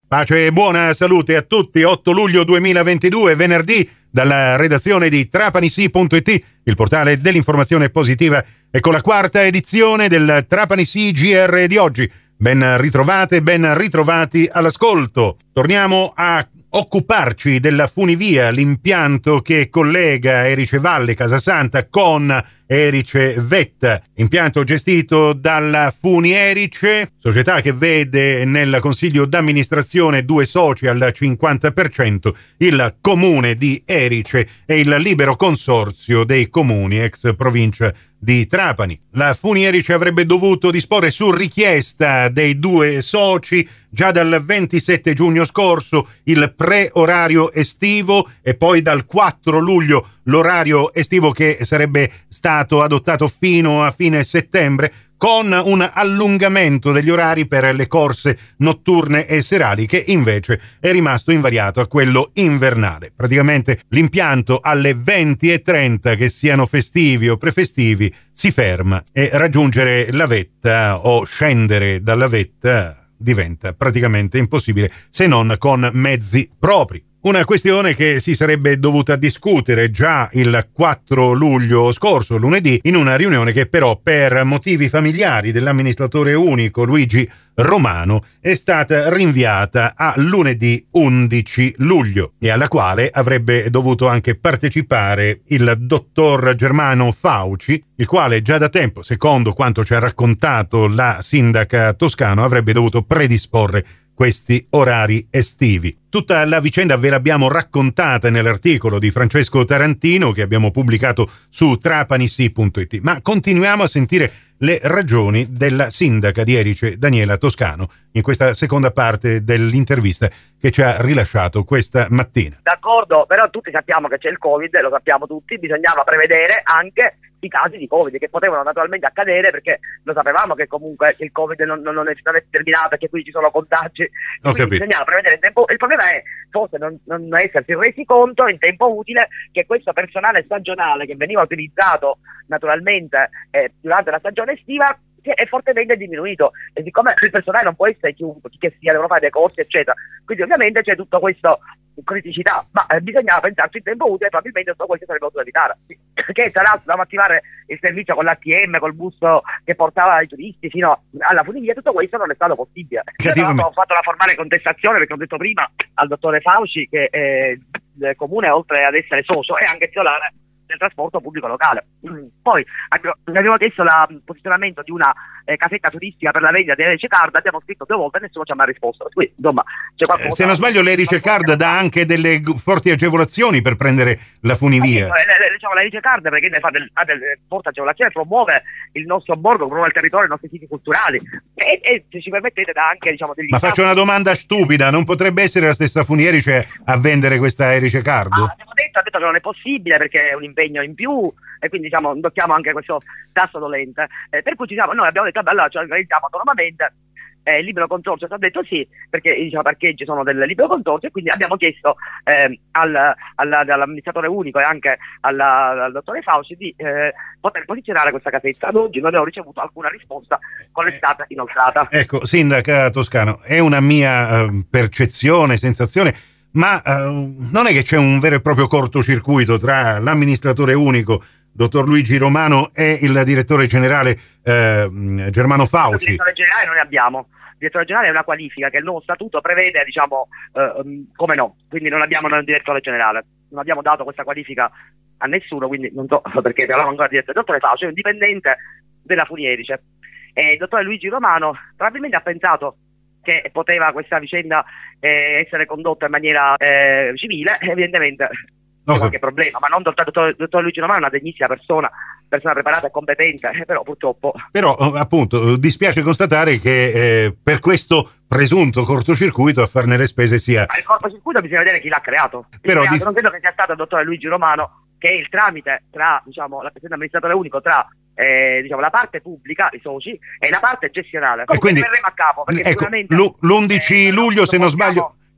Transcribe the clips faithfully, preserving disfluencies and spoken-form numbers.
Pace e buona salute a tutti. otto luglio duemilaventidue, venerdì, dalla redazione di Trapanisi punto it, il portale dell'informazione positiva, e con la quarta edizione del Trapanisi G R di oggi. Ben ritrovate, ben ritrovati all'ascolto. Torniamo a occuparci della funivia, l'impianto che collega Erice Valle Casasanta con Erice Vetta, impianto gestito dalla Funi Erice, società che vede nel consiglio d'amministrazione due soci al cinquanta per cento, il comune di Erice e il libero consorzio dei comuni ex provincia di Trapani. La Funi Erice avrebbe dovuto disporre, su richiesta dei due soci, già dal ventisette giugno scorso il pre-orario estivo e poi dal quattro luglio l'orario estivo, che sarebbe stato adottato fino a fine settembre, con un allungamento degli orari per le corse notturne e serali, che invece è rimasto invariato a quello invernale. Praticamente l'impianto alle venti e trenta, che siano festivi o prefestivi, si ferma e raggiungere la vetta o scendere dalla vetta diventa praticamente impossibile, se non con mezzi propri. Una questione che si sarebbe dovuta discutere già il quattro luglio scorso, lunedì, in una riunione che però, per motivi familiari dell'amministratore unico Luigi Romano, è stata rinviata a lunedì undici luglio, e alla quale avrebbe dovuto anche partecipare il dottor Germano Fauci, il quale già da tempo, secondo quanto ci ha raccontato la sindaca Toscano, avrebbe dovuto predisporre questi orari estivi. Tutta la vicenda ve l'abbiamo raccontata nell'articolo di Francesco Tarantino che abbiamo pubblicato su Trapanisi punto it, ma continuiamo a sentire le ragioni della sindaca di Erice, Daniela Toscano, in questa seconda parte dell'intervista che ci ha rilasciato questa mattina. D'accordo, però tutti sappiamo che c'è il Covid, lo sappiamo tutti, bisognava prevedere anche i casi di Covid che potevano naturalmente accadere, perché lo sapevamo che comunque il Covid non, non, non è terminato, perché qui ci sono contagi, Ho quindi capito. bisognava prevedere in tempo. Il problema è forse non, non essersi resi conto in tempo utile che questo personale stagionale che veniva utilizzato naturalmente eh, durante la stagione estiva è fortemente diminuito, e siccome il personale non può essere chiunque, chi che sia, devono fare dei corsi eccetera, quindi ovviamente c'è tutto questo criticità, ma eh, bisognava pensarci in tempo utile, probabilmente tutto questo sarebbe potuto evitare, che tra l'altro dovevamo attivare il servizio con l'A T M, col bus che portava i turisti fino alla funivia. Tutto questo non è stato possibile. Io ho fatto la formale contestazione, perché ho detto prima al dottore Fauci che eh, il comune, oltre ad essere socio, è anche titolare del trasporto pubblico locale. Poi abbiamo chiesto il posizionamento di una eh, casetta turistica per la vendita di Erice Card, abbiamo scritto due volte e nessuno ci ha mai risposto. Quindi, insomma, c'è qualcosa. Eh, se non sbaglio, l'Erice Card dà anche delle forti agevolazioni per prendere la funivia. Ah, sì, le, le, diciamo, l'Erice Card perché ne fa del, ha delle forti agevolazioni, promuove il nostro borgo, promuove il territorio, i nostri siti culturali, e, e se ci permettete dà anche, diciamo, degli. Ma faccio una domanda stupida: non potrebbe essere la stessa Funierice a vendere questa Erice Card? Ah, abbiamo detto, ha detto che non è possibile perché è un impegno in più, e quindi diciamo tocchiamo anche questo tasso dolente, eh, per cui ci siamo, noi abbiamo detto vabbè, allora ci organizziamo autonomamente, eh, il libero consorzio ci ha detto sì, perché diciamo, parcheggi sono del libero consorzio, e quindi abbiamo chiesto eh, al, al, all'amministratore unico e anche alla, al dottore Fauci di eh, poter posizionare questa casetta. Ad oggi non abbiamo ricevuto alcuna risposta con l'estate inoltrata. Ecco, sindaca Toscano, è una mia eh, percezione, sensazione, ma eh, non è che c'è un vero e proprio cortocircuito tra l'amministratore unico, dottor Luigi Romano, e il direttore generale eh, Germano Fauci? Il direttore generale non ne abbiamo. Il direttore generale è una qualifica che il nuovo statuto prevede, diciamo, eh, come no, quindi non abbiamo un direttore generale, non abbiamo dato questa qualifica a nessuno, quindi non so perché parliamo ancora di direttore. Il dottore Fauci è un dipendente della Funi Erice, e il dottore Luigi Romano probabilmente ha pensato che poteva questa vicenda eh, essere condotta in maniera eh, civile, evidentemente c'è qualche problema, ma non dottor, dottor, dottor Luigi Romano è una degnissima persona, persona preparata e competente, eh, però purtroppo. Però appunto dispiace constatare che eh, per questo presunto cortocircuito a farne le spese sia. Ma il cortocircuito bisogna vedere chi l'ha creato. Però creato. Di... Non credo che sia stato il dottore Luigi Romano, che è il tramite tra, diciamo, la presidente amministratore unico tra eh, diciamo, la parte pubblica, i soci, e la parte gestionale. Comunque, e quindi verremo a capo, perché ecco, sicuramente l'undici luglio, se non sbaglio,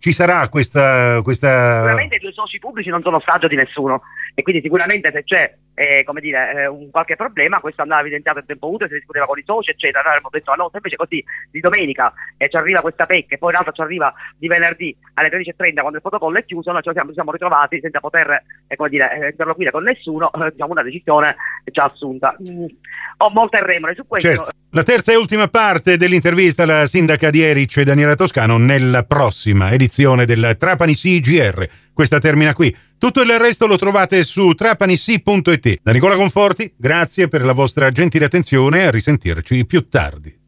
ci sarà questa... questa... Sicuramente i due soci pubblici non sono ostaggio di nessuno e quindi sicuramente se c'è eh, come dire, eh, un qualche problema questo andava evidenziato in tempo utile, si discuteva con i soci eccetera. Noi avremmo detto no, se invece così di domenica e eh, ci arriva questa P E C e poi in realtà ci arriva di venerdì alle tredici e trenta quando il protocollo è chiuso, noi ci siamo, ci siamo ritrovati senza poter eh, come dire, eh, interloquire con nessuno, eh, diciamo una decisione già assunta. Mm. Ho molte remore su questo. Certo. La terza e ultima parte dell'intervista alla sindaca di Erice, Daniela Toscano, nella prossima edizione del Trapani Sì G R. Questa termina qui. Tutto il resto lo trovate su trapanissi punto it. Da Nicola Conforti, grazie per la vostra gentile attenzione e a risentirci più tardi.